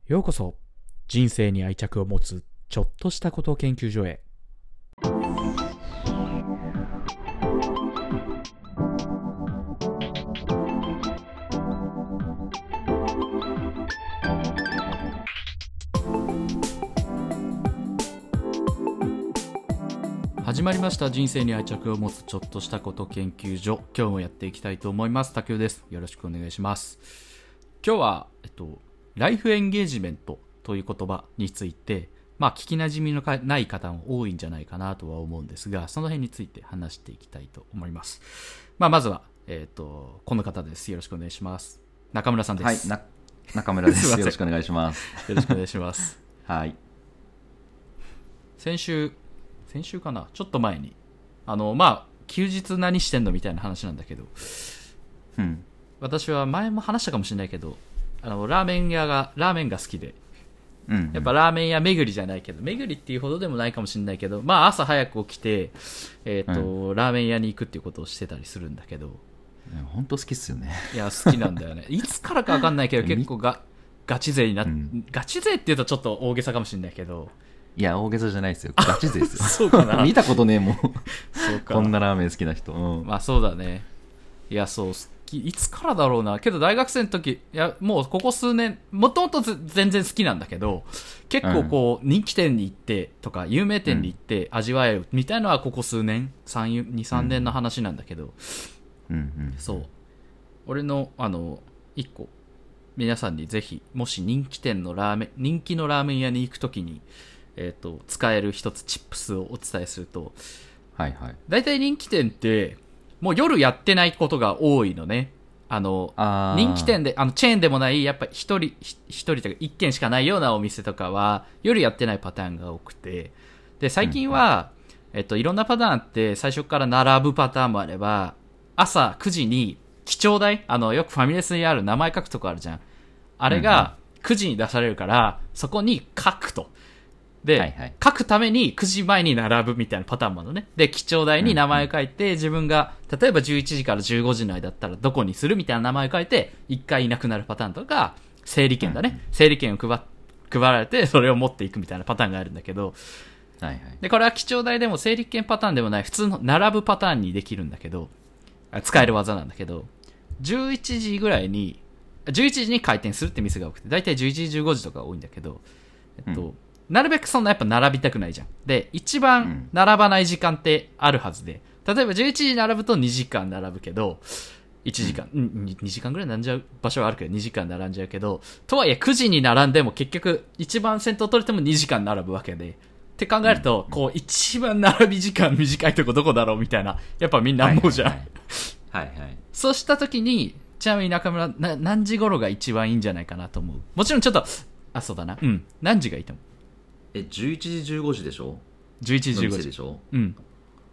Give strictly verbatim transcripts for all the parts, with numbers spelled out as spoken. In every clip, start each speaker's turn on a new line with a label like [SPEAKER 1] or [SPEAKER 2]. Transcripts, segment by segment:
[SPEAKER 1] ようこそ人生に愛着を持つちょっとしたこと研究所へ。始まりました。人生に愛着を持つちょっとしたこと研究所、今日もやっていきたいと思います。竹雄です。よろしくお願いします。今日は、えっと、ライフエンゲージメントという言葉について、まあ聞きなじみのない方も多いんじゃないかなとは思うんですが、その辺について話していきたいと思います。まあまずは、えっと、この方です。よろしくお願いします。中村さんです。
[SPEAKER 2] はい、な中村です。よろしくお願いします。
[SPEAKER 1] よろしくお願いします。
[SPEAKER 2] はい。
[SPEAKER 1] 先週、先週かなちょっと前に、あの、まあ、休日何してんのみたいな話なんだけど、
[SPEAKER 2] うん。
[SPEAKER 1] 私は前も話したかもしれないけど、あの、ラーメン屋が、ラーメンが好きで、
[SPEAKER 2] うん、うん。
[SPEAKER 1] やっぱラーメン屋巡りじゃないけど、巡りっていうほどでもないかもしれないけど、まあ朝早く起きて、えっと、うん、ラーメン屋に行くっていうことをしてたりするんだけど、
[SPEAKER 2] 本当好きっすよね。
[SPEAKER 1] いや、好きなんだよね。いつからか分かんないけど、結構がガチ勢になっ、うん、ガチ勢っていうとちょっと大げさかもしれないけど、
[SPEAKER 2] いや、大げさじゃないですよ。ガチ勢ですよ。
[SPEAKER 1] そうかな。
[SPEAKER 2] 見たことねえもん。
[SPEAKER 1] そうか。
[SPEAKER 2] こんなラーメン好きな人。うん、
[SPEAKER 1] まあそうだね。いや、そう、好き。いつからだろうな。けど大学生の時、いや、もうここ数年、もともと全然好きなんだけど、結構こう、人気店に行ってとか、有名店に行って味わえるみたいなのはここ数年、に、さんねんの話なんだけど、
[SPEAKER 2] うんうん、
[SPEAKER 1] そう。俺の、あの、一個、皆さんにぜひ、もし人気店のラーメン、人気のラーメン屋に行くときに、えっと、使える一つチップスをお伝えすると、
[SPEAKER 2] はいはい。
[SPEAKER 1] 大体人気店って、もう夜やってないことが多いのね。あの、
[SPEAKER 2] あ
[SPEAKER 1] 人気店で、あの、チェーンでもない、やっぱり一人、一人というか一軒しかないようなお店とかは、夜やってないパターンが多くて、で、最近は、うん、えっと、いろんなパターンあって、最初から並ぶパターンもあれば、朝くじに、記帳台、あの、よくファミレスにある名前書くとこあるじゃん。あれがくじに出されるから、そこに書くと。で、はいはい、書くためにくじまえに並ぶみたいなパターンもあるのね。で、記帳台に名前を書いて、うんうん、自分が、例えばじゅういちじからじゅうごじの間だったらどこにするみたいな名前を書いて、一回いなくなるパターンとか、整理券だね。うんうん、整理券を配、配られて、それを持っていくみたいなパターンがあるんだけど、
[SPEAKER 2] はいはい。
[SPEAKER 1] で、これは記帳台でも整理券パターンでもない、普通の並ぶパターンにできるんだけど、使える技なんだけど、じゅういちじぐらいに、じゅういちじに開店するって店が多くて、だいたいじゅういちじ、じゅうごじとか多いんだけど、えっと、うん、なるべくそんなやっぱ並びたくないじゃん。で、一番並ばない時間ってあるはずで、例えばじゅういちじ並ぶとにじかん並ぶけど、いちじかん、うん、にじかんぐらい並んじゃう場所はあるけど、にじかん並んじゃうけど、とはいえくじに並んでも結局一番先頭取れてもにじかん並ぶわけで、って考えると、こう一番並び時間短いとこどこだろうみたいな、やっぱみんな思うじゃん。はい
[SPEAKER 2] はいはいはい。
[SPEAKER 1] そうした時に、ちなみに中村、な何時頃が一番いいんじゃないかなと思う。もちろんちょっと、あ、そうだな。うん。何時がいいと思う？
[SPEAKER 2] え、じゅういちじ、じゅうごじでしょ？
[SPEAKER 1] じゅういちじ、じゅうごじ。
[SPEAKER 2] でしょ？
[SPEAKER 1] うん。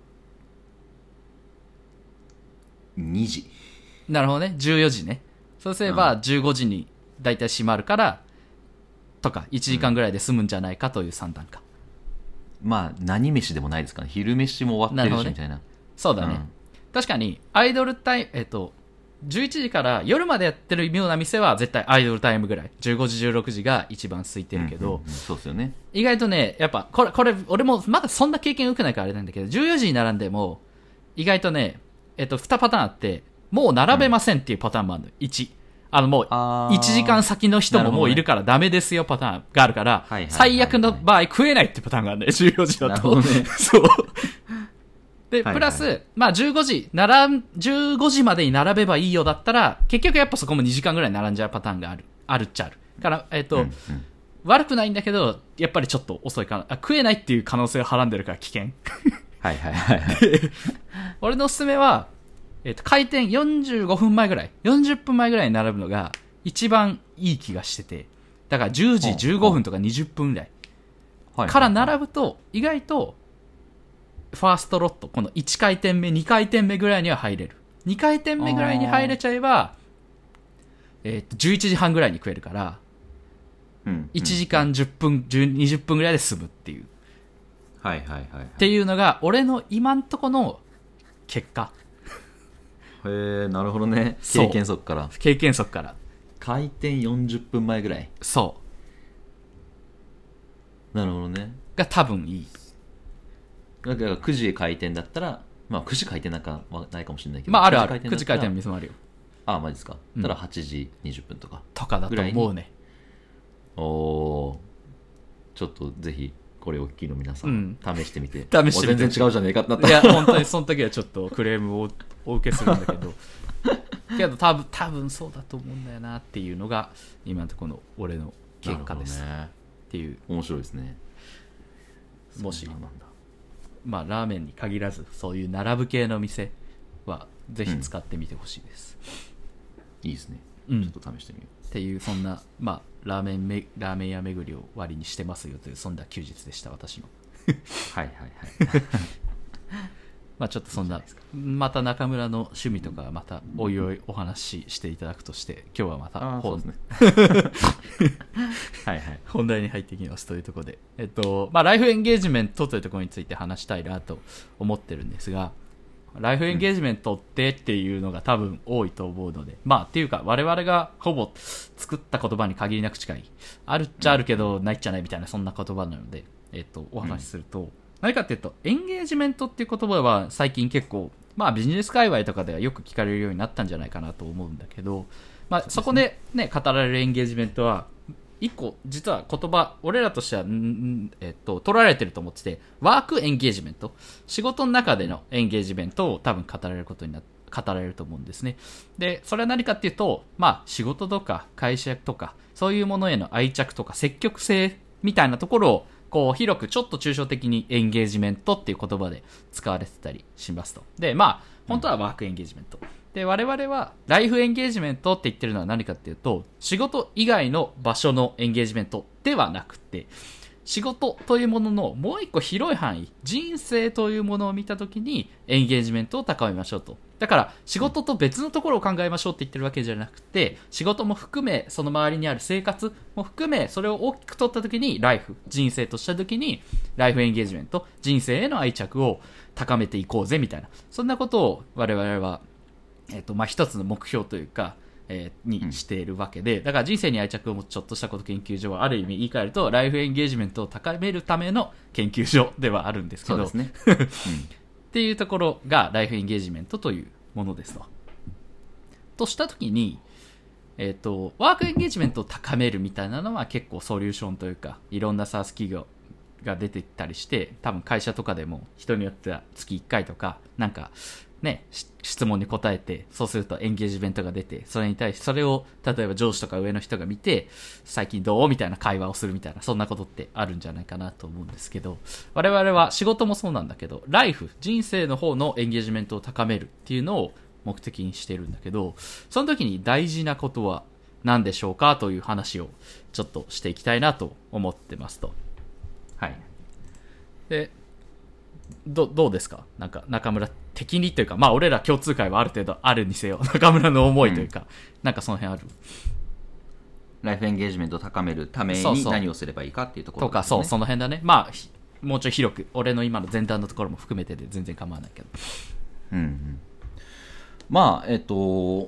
[SPEAKER 2] にじ。
[SPEAKER 1] なるほどね。じゅうよじね。そうすれば、じゅうごじにだいたい閉まるから、とか、いちじかんぐらいで済むんじゃないかという算段か。
[SPEAKER 2] うん、まあ、何飯でもないですかね。昼飯も終わってるし、みたいな。
[SPEAKER 1] そうだね。うん、確かに、アイドルタイム、えっと、じゅういちじから夜までやってる妙な店は絶対アイドルタイムぐらい。じゅうごじ、じゅうろくじが一番空いてるけど、
[SPEAKER 2] うんうんうん、そうですよね。
[SPEAKER 1] 意外とね、やっぱ、これ、これ、俺もまだそんな経験受けないからあれなんだけど、じゅうよじに並んでも、意外とね、えっと、にパターンあって、もう並べませんっていうパターンもあるの。いち。あの、もう、いちじかん先の人ももういるからダメですよパターンがあるから、最悪の場合食えないっていうパターンがあるね、じゅうよじだと。
[SPEAKER 2] なるほどね。
[SPEAKER 1] そう。で、プラス、はいはい、まあじゅうごじ、並ん、じゅうごじまでに並べばいいよだったら、結局やっぱそこもにじかんぐらい並んじゃうパターンがある。あるっちゃある。から、えっと、うんうん、悪くないんだけど、やっぱりちょっと遅いかな。あ、食えないっていう可能性をはらんでるから危険。
[SPEAKER 2] はいはいはい、はい。
[SPEAKER 1] 俺のおすすめは、えっと、開店よんじゅうごふんまえぐらい、よんじゅっぷんまえぐらいに並ぶのが一番いい気がしてて、だからじゅうじじゅうごふんとかにじゅっぷんぐらいから並ぶと、意外と、ファーストロット、このいちかいてんめ、にかいてんめぐらいには入れる。にかいてんめぐらいに入れちゃえば、えっと、じゅういちじはんぐらいに食えるから、うん、いちじかんじゅっぷん、にじゅっぷんぐらいで済むっていう。
[SPEAKER 2] はいはいはい、はい。
[SPEAKER 1] っていうのが、俺の今んとこの結果。
[SPEAKER 2] へえ、なるほどね。経験則から。
[SPEAKER 1] 経験則から。
[SPEAKER 2] 開店よんじゅっぷんまえぐらい。
[SPEAKER 1] そ
[SPEAKER 2] なるほどね。
[SPEAKER 1] が多分いい。
[SPEAKER 2] だからくじ開店だったら、まあくじ開店なんかはないかもしれないけど、
[SPEAKER 1] まああるある、くじ開
[SPEAKER 2] くじ開店だったら
[SPEAKER 1] 店の店もあるよ。
[SPEAKER 2] ああ、マジですか。
[SPEAKER 1] うん
[SPEAKER 2] たらはちじにじゅっぷんとか。
[SPEAKER 1] とかだと思うね。
[SPEAKER 2] おおー、ちょっとぜひこれをお聞きの皆さん、
[SPEAKER 1] うん、
[SPEAKER 2] 試してみて。
[SPEAKER 1] 試してみて。
[SPEAKER 2] 全然違うじゃねえかってなったら。
[SPEAKER 1] いや、本当にその時はちょっとクレームをお受けするんだけど、けど多分、多分そうだと思うんだよなっていうのが、今のところの俺の結果です。
[SPEAKER 2] ね、
[SPEAKER 1] っていう。
[SPEAKER 2] 面白いですね。
[SPEAKER 1] もし、
[SPEAKER 2] なんだ
[SPEAKER 1] まあラーメンに限らず、そういう並ぶ系の店は、ぜひ使ってみてほしいです。
[SPEAKER 2] うん、いいですね。
[SPEAKER 1] うん、
[SPEAKER 2] ちょっと試してみよう。
[SPEAKER 1] っていう、そんな、まあ、ラーメンめ、ラーメン屋巡りを割にしてますよという、そんな休日でした、私の。
[SPEAKER 2] はいはいはい。
[SPEAKER 1] まあちょっとそんな、また中村の趣味とかまたおいおいお話ししていただくとして、今日はまた本、
[SPEAKER 2] ね、はいはい、
[SPEAKER 1] 本題に入っていきますというところで、えっと、まあライフエンゲージメントというところについて話したいなと思ってるんですが、ライフエンゲージメントってっていうのが多分多いと思うので、まあっていうか我々がほぼ作った言葉に限りなく近い、あるっちゃあるけどないっちゃないみたいなそんな言葉なので、えっと、お話しすると、うん、何かっていうと、エンゲージメントっていう言葉は最近結構、まあビジネス界隈とかではよく聞かれるようになったんじゃないかなと思うんだけど、まあそこでね、語られるエンゲージメントは、一個、実は言葉、俺らとしては、んえっと、取られてると思ってて、ワークエンゲージメント。仕事の中でのエンゲージメントを多分語られることになって、語られると思うんですね。で、それは何かっていうと、まあ仕事とか会社とか、そういうものへの愛着とか積極性みたいなところを、こう広くちょっと抽象的にエンゲージメントっていう言葉で使われてたりしますと。で、まあ、本当はワークエンゲージメント。で、我々はライフエンゲージメントって言ってるのは何かっていうと、仕事以外の場所のエンゲージメントではなくて、仕事というもののもう一個広い範囲、人生というものを見たときにエンゲージメントを高めましょうと。だから仕事と別のところを考えましょうって言ってるわけじゃなくて、仕事も含めその周りにある生活も含めそれを大きく取ったときにライフ、人生としたときにライフエンゲージメント、人生への愛着を高めていこうぜみたいな、そんなことを我々は、えっとまあ、一つの目標というか、えー、にしているわけで、だから人生に愛着を持つちょっとしたこと研究所はある意味言い換えるとライフエンゲージメントを高めるための研究所ではあるんですけど、
[SPEAKER 2] そうですね、
[SPEAKER 1] うん、っていうところがライフエンゲージメントというものですと。としたときに、えーと、ワークエンゲージメントを高めるみたいなのは結構ソリューションというか、いろんな SaaS 企業が出てきたりして、多分会社とかでも人によっては月いっかいとかなんかね、質問に答えて、そうするとエンゲージメントが出て、それに対してそれを例えば上司とか上の人が見て、最近どうみたいな会話をするみたいな、そんなことってあるんじゃないかなと思うんですけど、我々は仕事もそうなんだけど、ライフ、人生の方のエンゲージメントを高めるっていうのを目的にしてるんだけど、その時に大事なことは何でしょうかという話をちょっとしていきたいなと思ってますと。はい。で、ど, どうですか、なんか中村的にというか、まあ俺ら共通会はある程度あるにせよ、中村の思いというか、うん、なんかその辺ある？
[SPEAKER 2] ライフエンゲージメントを高めるために何をすればいいかっていうところ、ね、
[SPEAKER 1] とか、そう、その辺だね。まあもうちょい広く、俺の今の前段のところも含めてで全然構わないけど。
[SPEAKER 2] うん、うん、まあえっと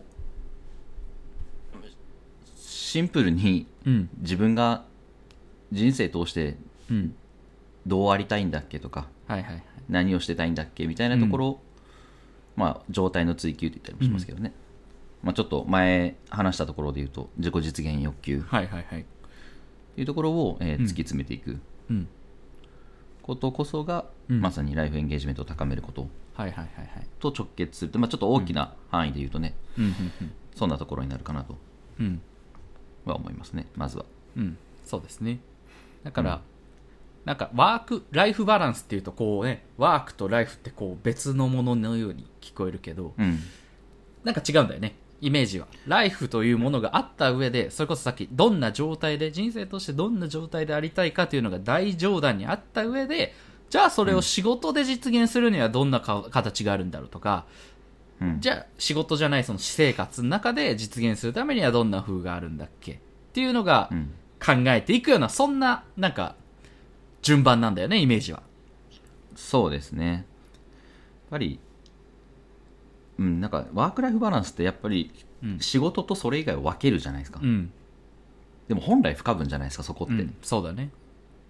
[SPEAKER 2] シンプルに自分が人生通してどうありたいんだっけとか、
[SPEAKER 1] はいはいはい、
[SPEAKER 2] 何をしてたいんだっけみたいなところを、うん、まあ、状態の追求と言ったりもしますけどね、うん、まあ、ちょっと前話したところで言うと自己実現欲求というところを、えー、突き詰めていくことこそが、うん、まさにライフエンゲージメントを高めることと直結すると、まあ、ちょっと大きな範囲で言うとね、うん、そんなところになるかなとは思いますね、まずは、
[SPEAKER 1] うん、そうですね。だから、うん、なんかワークライフバランスっていうとこうね、ワークとライフってこう別のもののように聞こえるけど、うん、なんか違うんだよね、イメージは。ライフというものがあった上で、それこそさっきどんな状態で、人生としてどんな状態でありたいかというのが大上段にあった上で、じゃあそれを仕事で実現するにはどんなか形があるんだろうとか、うん、じゃあ仕事じゃないその私生活の中で実現するためにはどんな風があるんだっけっていうのが考えていくような、そんななんか順番なんだよね、イメージは。
[SPEAKER 2] そうですね。やっぱり、うん、なんかワークライフバランスってやっぱり仕事とそれ以外を分けるじゃないですか、うん、でも本来不可分じゃないですか、そこって、うん、
[SPEAKER 1] そうだね。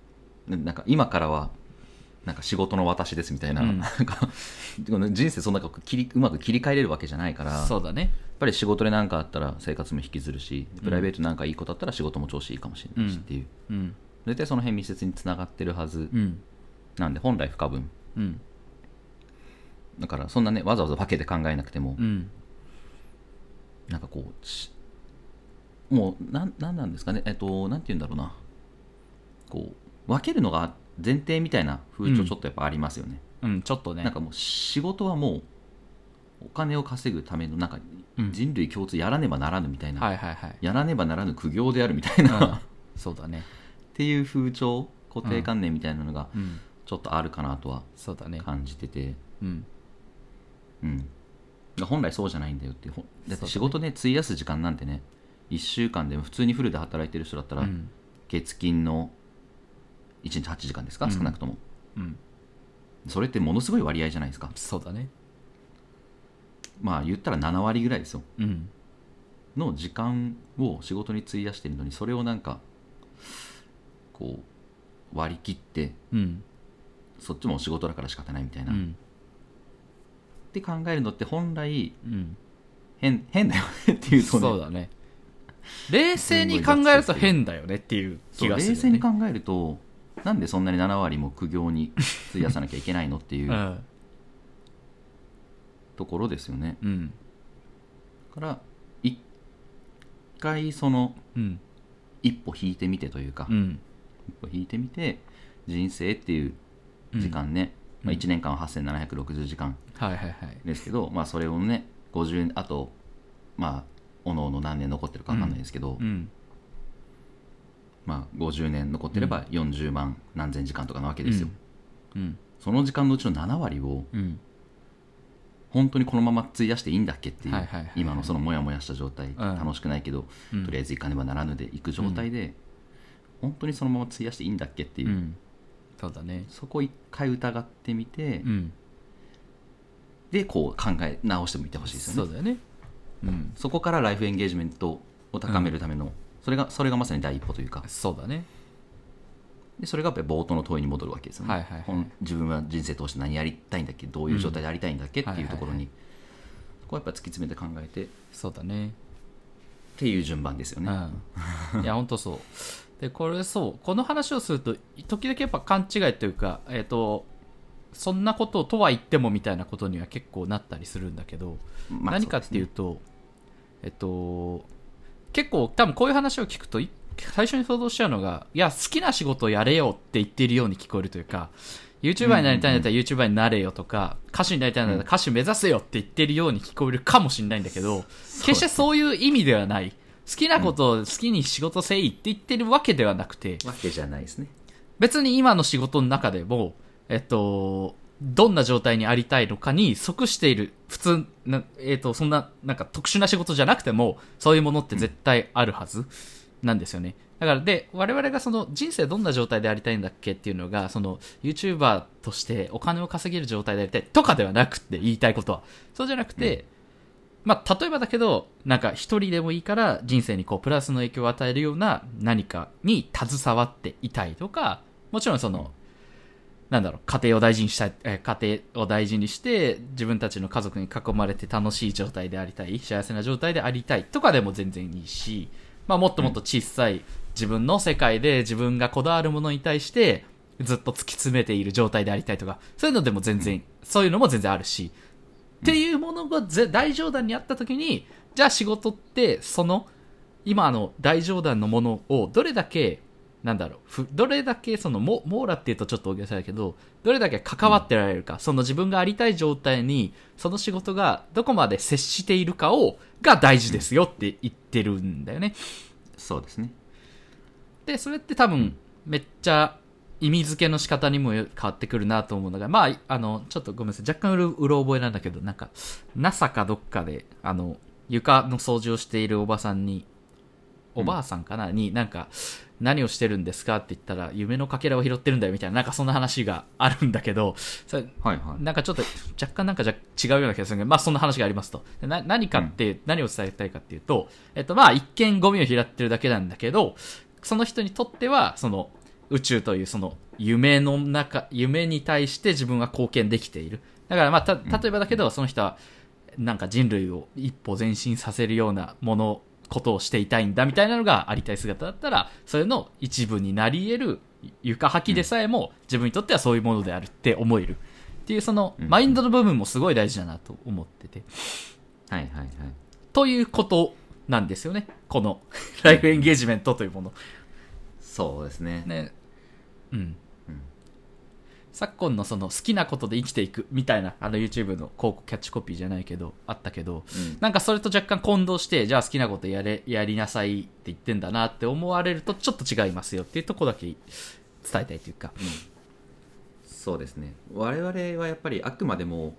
[SPEAKER 2] なんか今からはなんか仕事の私ですみたいな、うん、なんか人生そんな切りうまく切り替えれるわけじゃないから、
[SPEAKER 1] そうだね、
[SPEAKER 2] やっぱり仕事で何かあったら生活も引きずるし、プライベートなんかいいことあったら仕事も調子いいかもしれないしっていう、うんうん、絶対その辺密接につながってるはず、うん、なんで本来不可分、うん、だからそんなねわざわざ分けて考えなくても、うん、なんかこうもうなんなんなんですかね、えっとなんて言うんだろうな、こう分けるのが前提みたいな風潮ちょっとやっぱありますよね、
[SPEAKER 1] うん、うん、ちょっとね、
[SPEAKER 2] なんかもう仕事はもうお金を稼ぐためのなんか人類共通やらねばならぬみたいな、
[SPEAKER 1] はいはいはい、
[SPEAKER 2] やらねばならぬ苦行であるみたいな、うん、
[SPEAKER 1] そうだね
[SPEAKER 2] っていう風潮固定観念みたいなのがちょっとあるかなとは感じてて、うん、うん、本来そうじゃないんだよって。だって仕事ね費やす時間なんてねいっしゅうかんでも普通にフルで働いてる人だったら、うん、月金のいちにちはちじかんですか、うん、少なくとも、うん、それってものすごい割合じゃないですか。
[SPEAKER 1] そうだね、
[SPEAKER 2] まあ言ったらななわりぐらいですよ、うん、の時間を仕事に費やしてるのに、それをなんかこう割り切って、うん、そっちも仕事だから仕方ないみたいな、うん、って考えるのって本来、うん、変, 変だよねっていうとね、
[SPEAKER 1] そうだね、冷静に考えると変だよねっていう気がするよね。
[SPEAKER 2] 冷静に考えるとなんでそんなにななわりも苦行に費やさなきゃいけないのっていう、うん、ところですよね、うん、だから一回その、うん、一歩引いてみてというか、うん、一歩引いてみて人生っていう時間ね、うん、まあ、いちねんかんははっせんななひゃくろくじゅうじかんですけど、はいはいはい、まあ、それをねごじゅうあとまあおのおの何年残ってるか分かんないですけど、うんうん、まあ、ごじゅうねん残ってればよんじゅうまん何千時間とかなわけですよ、うんうん、その時間のうちのななわりを、うん、本当にこのまま費やしていいんだっけっていう、はいはいはいはい、今のそのモヤモヤした状態、うん、楽しくないけど、うん、とりあえず行かねばならぬで行く状態で、うん、本当にそのまま費やしていいんだっけっていう、うん、
[SPEAKER 1] そうだね、
[SPEAKER 2] そこを一回疑ってみて、うん、でこう考え直してみてほしいですよね。
[SPEAKER 1] そうだよね、
[SPEAKER 2] うん、そこからライフエンゲージメントを高めるための、うん、それがそれがまさに第一歩というか、
[SPEAKER 1] そうだね、
[SPEAKER 2] でそれがやっぱり冒頭の問いに戻るわけですよね、はいはいはい、自分は人生通して何やりたいんだっけ、どういう状態でありたいんだっけ、うん、っていうところに、はいはいはい、そこはやっぱ突き詰めて考えて、
[SPEAKER 1] そうだね
[SPEAKER 2] っていう順番ですよね、
[SPEAKER 1] うん、いや本当そうで、これそうこの話をすると時々やっぱ勘違いというか、えーとそんなことをとは言ってもみたいなことには結構なったりするんだけど、まあ、何かっていうと、えっと結構多分こういう話を聞くと最初に想像しちゃうのが、いや好きな仕事をやれよって言っているように聞こえるというか、 YouTuber になりたいんだったら YouTuber になれよとか、歌手になりたいんだったら歌手目指せよって言ってるように聞こえるかもしれないんだけど、決してそういう意味ではない。好きなことを好きに仕事せいって言ってるわけではなくて、
[SPEAKER 2] わけじゃないですね。
[SPEAKER 1] 別に今の仕事の中でもえっとどんな状態にありたいのかに即している普通な、えー、とそんななんか特殊な仕事じゃなくてもそういうものって絶対あるはずなんですよね。だからで我々がその人生どんな状態でありたいんだっけっていうのが、その YouTuber としてお金を稼げる状態でありたいとかではなくて、言いたいことはそうじゃなくて、うん、まあ例えばだけどなんか一人でもいいから人生にこうプラスの影響を与えるような何かに携わっていたいとか、もちろんそのなんだろう、家庭を大事にしたい、えー、家庭を大事にして自分たちの家族に囲まれて楽しい状態でありたい、幸せな状態でありたいとかでも全然いいし、まあ、もっともっと小さい自分の世界で自分がこだわるものに対してずっと突き詰めている状態でありたいとか、そういうのでも全然、そういうのも全然あるし、っていうものが大上段にあった時に、じゃあ仕事ってその今の大上段のものをどれだけなんだろう、どれだけそのモーラっていうとちょっと大げさだけど、どれだけ関わってられるか、うん、その自分がありたい状態にその仕事がどこまで接しているかをが大事ですよって言ってるんだよね、
[SPEAKER 2] うん、そうですね。
[SPEAKER 1] でそれって多分めっちゃ意味付けの仕方にも変わってくるなと思うのが、まああのちょっとごめんなさい、若干うろうろ覚えなんだけど、なんか ナサ かどっかであの床の掃除をしているおばさんに、おばあさんかな、うん、になんか何をしてるんですかって言ったら、夢のかけらを拾ってるんだよみたいな、なんかそんな話があるんだけど、それ、はいはい、なんかちょっと若干なんかじゃ違うような気がするけど、まあそんな話がありますと。な何かって、うん、何を伝えたいかっていうと、えっとまあ一見ゴミを拾ってるだけなんだけど、その人にとってはその宇宙というその夢の中、夢に対して自分は貢献できている。だからまあ、た、例えばだけど、その人は、なんか人類を一歩前進させるようなもの、ことをしていたいんだみたいなのがありたい姿だったら、それの一部になり得る床履きでさえも自分にとってはそういうものであるって思えるっていう、そのマインドの部分もすごい大事だなと思ってて、
[SPEAKER 2] はいはいはい。
[SPEAKER 1] ということなんですよね、このライフエンゲージメントというもの。
[SPEAKER 2] そうですね。
[SPEAKER 1] ね、うん。昨今のその好きなことで生きていくみたいなあの YouTube の広告キャッチコピーじゃないけどあったけど、うん、なんかそれと若干混同して、じゃあ好きなことやれやりなさいって言ってんだなって思われるとちょっと違いますよっていうところだけ伝えたいというか、うん、
[SPEAKER 2] そうですね。我々はやっぱりあくまでも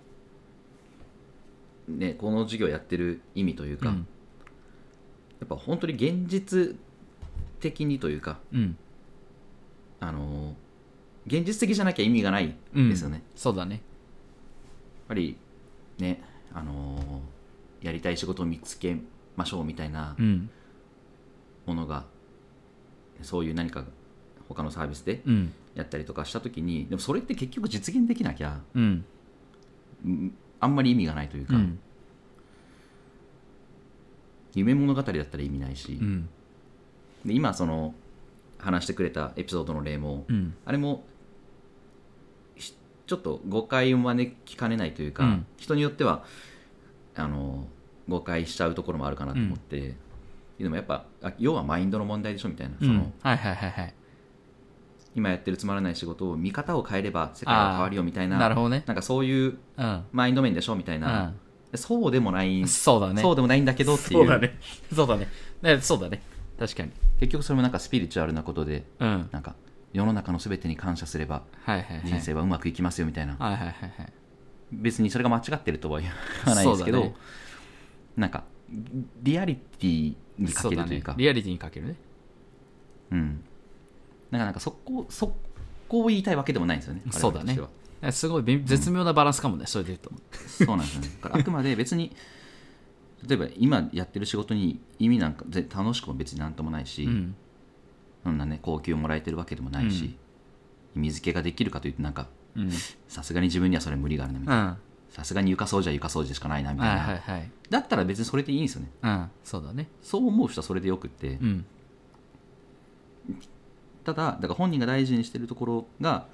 [SPEAKER 2] ね、この授業やってる意味というか、うん、やっぱ本当に現実的にというか、うん、あの現実的じゃなきゃ意味がないですよね、
[SPEAKER 1] うん、そうだね。
[SPEAKER 2] やっぱりね、あのー、やりたい仕事を見つけましょうみたいなものが、うん、そういう何か他のサービスでやったりとかしたときに、うん、でもそれって結局実現できなきゃ、うん、あんまり意味がないというか、うん、夢物語だったら意味ないし、うん、で今その話してくれたエピソードの例も、うん、あれもちょっと誤解を招きかねないというか、うん、人によってはあの誤解しちゃうところもあるかなと思って、うん、でもやっぱ要はマインドの問題でしょみたいな、その今やってるつまらない仕事を見方を変えれば世界が変わるよみたいな、
[SPEAKER 1] なるほどね、
[SPEAKER 2] なんかそういうマインド面でしょみたいな、うん、そうでもない、
[SPEAKER 1] そうだね、
[SPEAKER 2] そうでもないんだけどっていう、
[SPEAKER 1] そうだね、そうだね、ね、そうだね、確かに
[SPEAKER 2] 結局それもなんかスピリチュアルなことで、うん、なんか世の中のすべてに感謝すれば人生はうまくいきますよみたいな、はいはいはいはい、別にそれが間違ってるとは言わないですけど、ね、なんかリアリティにかけるというか、
[SPEAKER 1] ね、リアリティにかけるね、
[SPEAKER 2] うん、なんかなんかそこそこを言いたいわけでもないんですよね。
[SPEAKER 1] そうだね、すごい絶妙なバランスかもね、うん、それで言うと
[SPEAKER 2] そうなんですよね。だからあくまで別に例えば今やってる仕事に意味なんか楽しくも別になんともないし、うん、そんなね高級もらえてるわけでもないし、うん、意味付けができるかというとなんかさすがに自分にはそれ無理があるなみたいな、さすがに床掃除は床掃除しかないなみたいな、はいはいはい、だったら別にそれでいいんですよね、
[SPEAKER 1] うん、そうだね、
[SPEAKER 2] そう思う人はそれでよくって、うん、ただだから本人が大事にしてるところが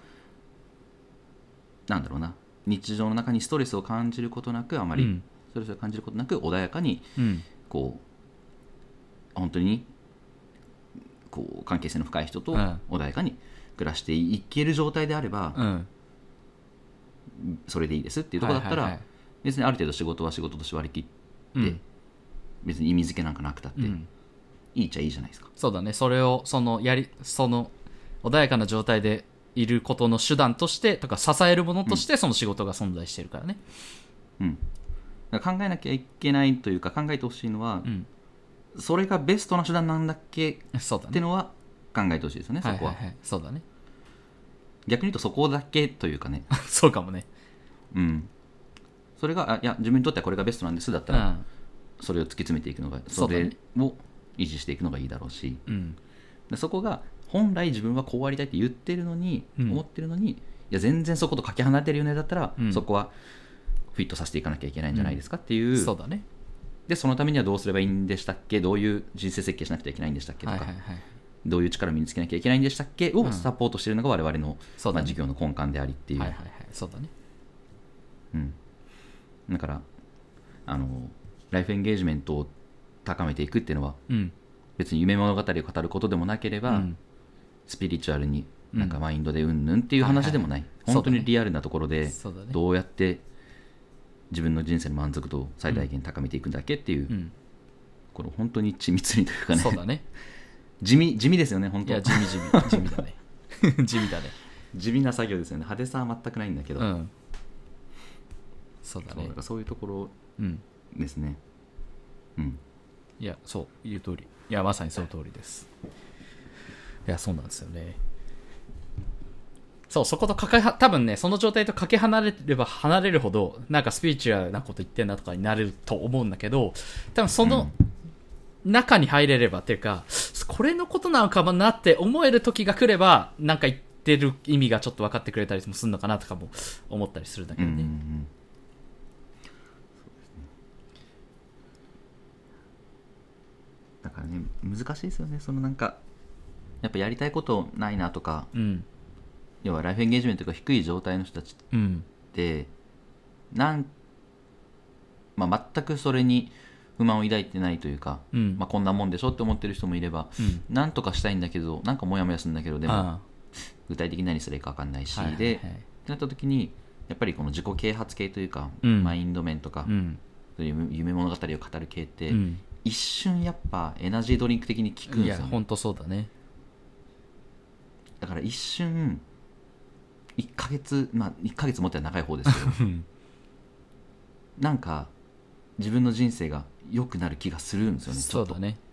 [SPEAKER 2] なんだろうな、日常の中にストレスを感じることなく、あまり、うんストレスを感じることなく穏やかに、うん、こう本当にこう関係性の深い人と穏やかに暮らしていける状態であれば、うん、それでいいですっていうところだったら、はいはいはい、別にある程度仕事は仕事として割り切って、うん、別に意味付けなんかなくたって、うん、いいっちゃいいじゃないですか。
[SPEAKER 1] そうだね、それをそのやりその穏やかな状態でいることの手段としてとか支えるものとしてその仕事が存在してるからね。
[SPEAKER 2] うん、うん考えなきゃいけないというか考えてほしいのは、うん、それがベストな手段なんだっけっていうのは考えてほしいですよね、そこは、はいはいはい、そうだね。逆に言うとそこだけというかね
[SPEAKER 1] そうかもね、
[SPEAKER 2] うん、それがあいや自分にとってはこれがベストなんですだったら、うん、それを突き詰めていくのがそれを維持していくのがいいだろうし、うん、でそこが本来自分はこうありたいって言ってるのに、うん、思ってるのにいや全然そことかけ離れてるよねだったら、うん、そこはフィットさせていかなきゃいけないんじゃないですかっていう、うん、
[SPEAKER 1] そうだね。
[SPEAKER 2] でそのためにはどうすればいいんでしたっけ、どういう人生設計しなくてはいけないんでしたっけとか、はいはいはい、どういう力を身につけなきゃいけないんでしたっけをサポートしているのが我々の、うんまあ、事業の根幹でありっていう、はいはいはい、そうだね、うん、だからあのライフエンゲージメントを高めていくっていうのは、うん、別に夢物語を語ることでもなければ、うん、スピリチュアルになんかマインドでうんぬんっていう話でもない、はいはいはい、本当にリアルなところでどうやって自分の人生の満足度を最大限高めていくんだっけっていう、うん、これ本当に緻密にというかね、
[SPEAKER 1] そうだね
[SPEAKER 2] 地味地味ですよね本当。
[SPEAKER 1] いや地味地味地味だね地味だね
[SPEAKER 2] 地味な作業ですよね。派手さは全くないんだけど、うん、
[SPEAKER 1] そうだね。
[SPEAKER 2] そう、そういうところですね、うん、うん、
[SPEAKER 1] いやそう言う通り、いやまさにその通りです。いやそうなんですよね。そうそことかけは多分ねその状態とかけ離れれば離れるほどなんかスピリチュアルなこと言ってんなとかになれると思うんだけど、多分その中に入れればっていうかこれのことなのかもなって思える時が来れば、なんか言ってる意味がちょっと分かってくれたりもするのかなとかも思ったりするんだけどね。うんうんうん、
[SPEAKER 2] だからね、難しいですよね。そのなんかやっぱやりたいことないなとか、うん、要はライフエンゲージメントが低い状態の人たちって、うん、なん、まあ、全くそれに不満を抱いてないというか、うんまあ、こんなもんでしょって思ってる人もいれば、うん、なんとかしたいんだけどなんかモヤモヤするんだけどでも具体的に何すればいいか分かんないし、はいはいはい、でってなった時にやっぱりこの自己啓発系というか、うん、マインド面とか、うん、そういう夢物語を語る系って、うん、一瞬やっぱエナジードリンク的に効くんですよね。
[SPEAKER 1] いや本当そうだね。
[SPEAKER 2] だから一瞬いっかげつまあいっかげつもっては長い方ですけどなんか自分の人生が良くなる気がするんですよね。ちょっと
[SPEAKER 1] そうだね。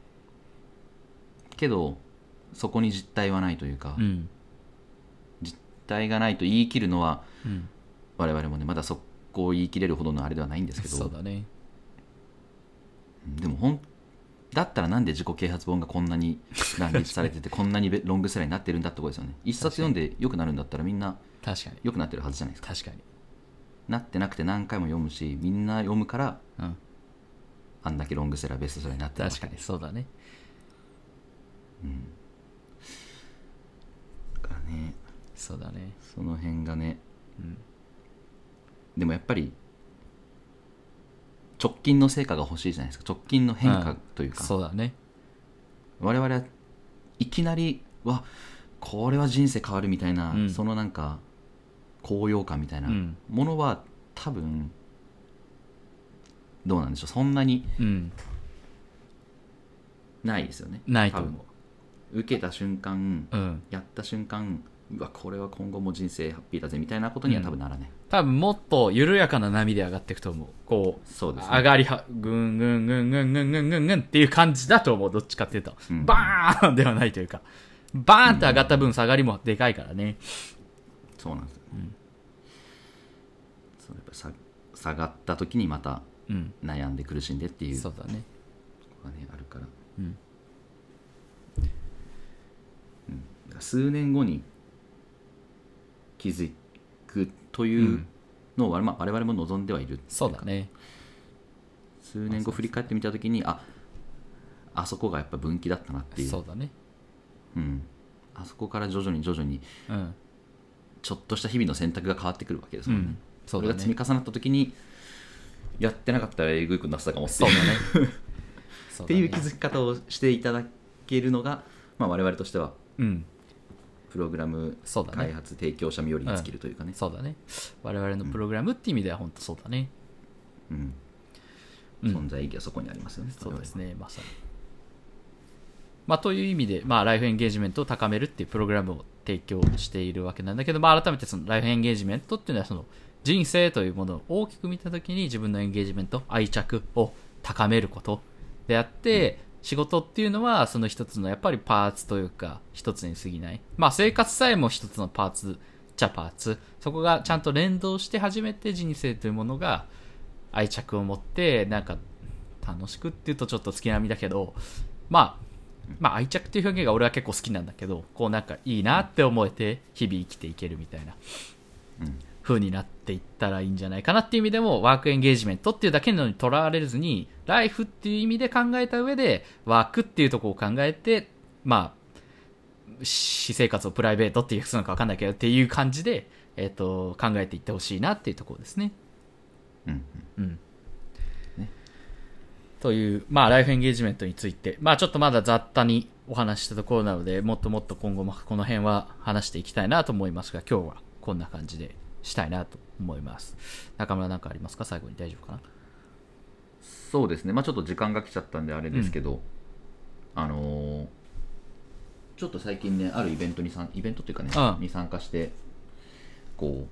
[SPEAKER 2] けどそこに実体はないというか、うん、実体がないと言い切るのは、うん、我々もねまだそこを言い切れるほどのあれではないんですけど、
[SPEAKER 1] そうだね。
[SPEAKER 2] でもほんだったらなんで自己啓発本がこんなに乱立されててこんなにロングセラーになってるんだってことですよね。一冊読んで良くなるんだったらみんな良くなってるはずじゃないですか。
[SPEAKER 1] 確かに
[SPEAKER 2] なってなくて何回も読むしみんな読むから、うん、あんだけロングセラーベストセラーになってるわけで。
[SPEAKER 1] 確かにそうだね。
[SPEAKER 2] うんだからね
[SPEAKER 1] そうだね
[SPEAKER 2] その辺がね、うん、でもやっぱり直近の成果が欲しいじゃないですか。直近の変化というか、
[SPEAKER 1] うん、そうだね。
[SPEAKER 2] 我々はいきなりわこれは人生変わるみたいな、うん、そのなんか高揚感みたいなものは、うん、多分どうなんでしょうそんなにないですよね。
[SPEAKER 1] ないと思
[SPEAKER 2] う。受けた瞬間、うん、やった瞬間うわこれは今後も人生ハッピーだぜみたいなことには多分ならない、うん、
[SPEAKER 1] 多分もっと緩やかな波で上がっていくと思う。こう
[SPEAKER 2] そうですね、
[SPEAKER 1] 上がりはぐんぐんぐんぐんぐんぐんぐんぐんっていう感じだと思う。どっちかっていうと、うん、バーンではないというかバーンって上がった分下がりもでかいからね、うん、
[SPEAKER 2] そうなんですよ、うん、そうやっぱ下下がった時にまた悩んで苦しんでっていう、
[SPEAKER 1] うん、そうだね
[SPEAKER 2] がねあるから、うんうん、数年後に気づくというのを我々、我々も望んではいる。
[SPEAKER 1] そうだね。
[SPEAKER 2] 数年後振り返ってみたときにああそこがやっぱ分岐だったなっていう。
[SPEAKER 1] そうだね、
[SPEAKER 2] うん、あそこから徐々に徐々にちょっとした日々の選択が変わってくるわけですもんね、うん、そうだね。それが積み重なったときにやってなかったらえぐいことになってたかもっていう
[SPEAKER 1] そうだね
[SPEAKER 2] っていう気づき方をしていただけるのが、まあ、我々としては、うん、プログラム開発提供者身寄りに尽きるというかね、
[SPEAKER 1] そうだね、我々のプログラムっていう意味では本当そうだね、
[SPEAKER 2] うんうん、存在意義はそこにありますよね。
[SPEAKER 1] そうですね、まさに、まあ、という意味で、まあ、ライフエンゲージメントを高めるっていうプログラムを提供しているわけなんだけど、まあ、改めてそのライフエンゲージメントっていうのはその人生というものを大きく見たときに自分のエンゲージメント、愛着を高めることであって、うん、仕事っていうのはその一つのやっぱりパーツというか一つに過ぎない、まあ、生活さえも一つのパーツじゃパーツ、そこがちゃんと連動して初めて人生というものが愛着を持ってなんか楽しくっていうとちょっと月並みだけど、まあまあ愛着っていう表現が俺は結構好きなんだけど、こうなんかいいなって思えて日々生きていけるみたいな、うん風になっていったらいいんじゃないかなっていう意味でも、ワークエンゲージメントっていうだけのにとらわれずに、ライフっていう意味で考えた上でワークっていうところを考えて、まあ私生活をプライベートっていうふうなのか分かんないけどっていう感じで、えー、と考えていってほしいなっていうところですね。うんうんね、というまあライフエンゲージメントについて、まあちょっとまだ雑多にお話ししたところなので、もっともっと今後もこの辺は話していきたいなと思いますが、今日はこんな感じでしたいなと思います。中村なんかありますか？最後に大丈夫かな？
[SPEAKER 2] そうですね、まあちょっと時間が来ちゃったんであれですけど、うん、あのー、ちょっと最近ねあるイベントにさんイベントっていうかね、うん、に参加してこう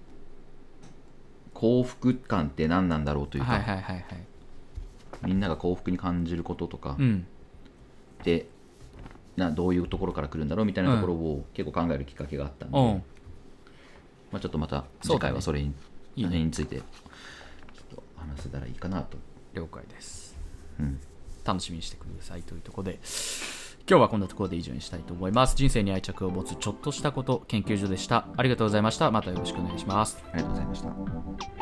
[SPEAKER 2] 幸福感って何なんだろうというか、はいはいはいはい、みんなが幸福に感じることとか、うん、でなどういうところから来るんだろうみたいなところを結構考えるきっかけがあったんで、うんまあ、ちょっとまた次回はそれに、ね、それについてちょっと話せたらいいかなと。
[SPEAKER 1] 了解です、うん、楽しみにしてくださいというところで、 今日はこんなところで以上にしたいと思います。人生に愛着を持つちょっとしたこと研究所でした。ありがとうございました。またよろしくお願いします。
[SPEAKER 2] ありがとうございました。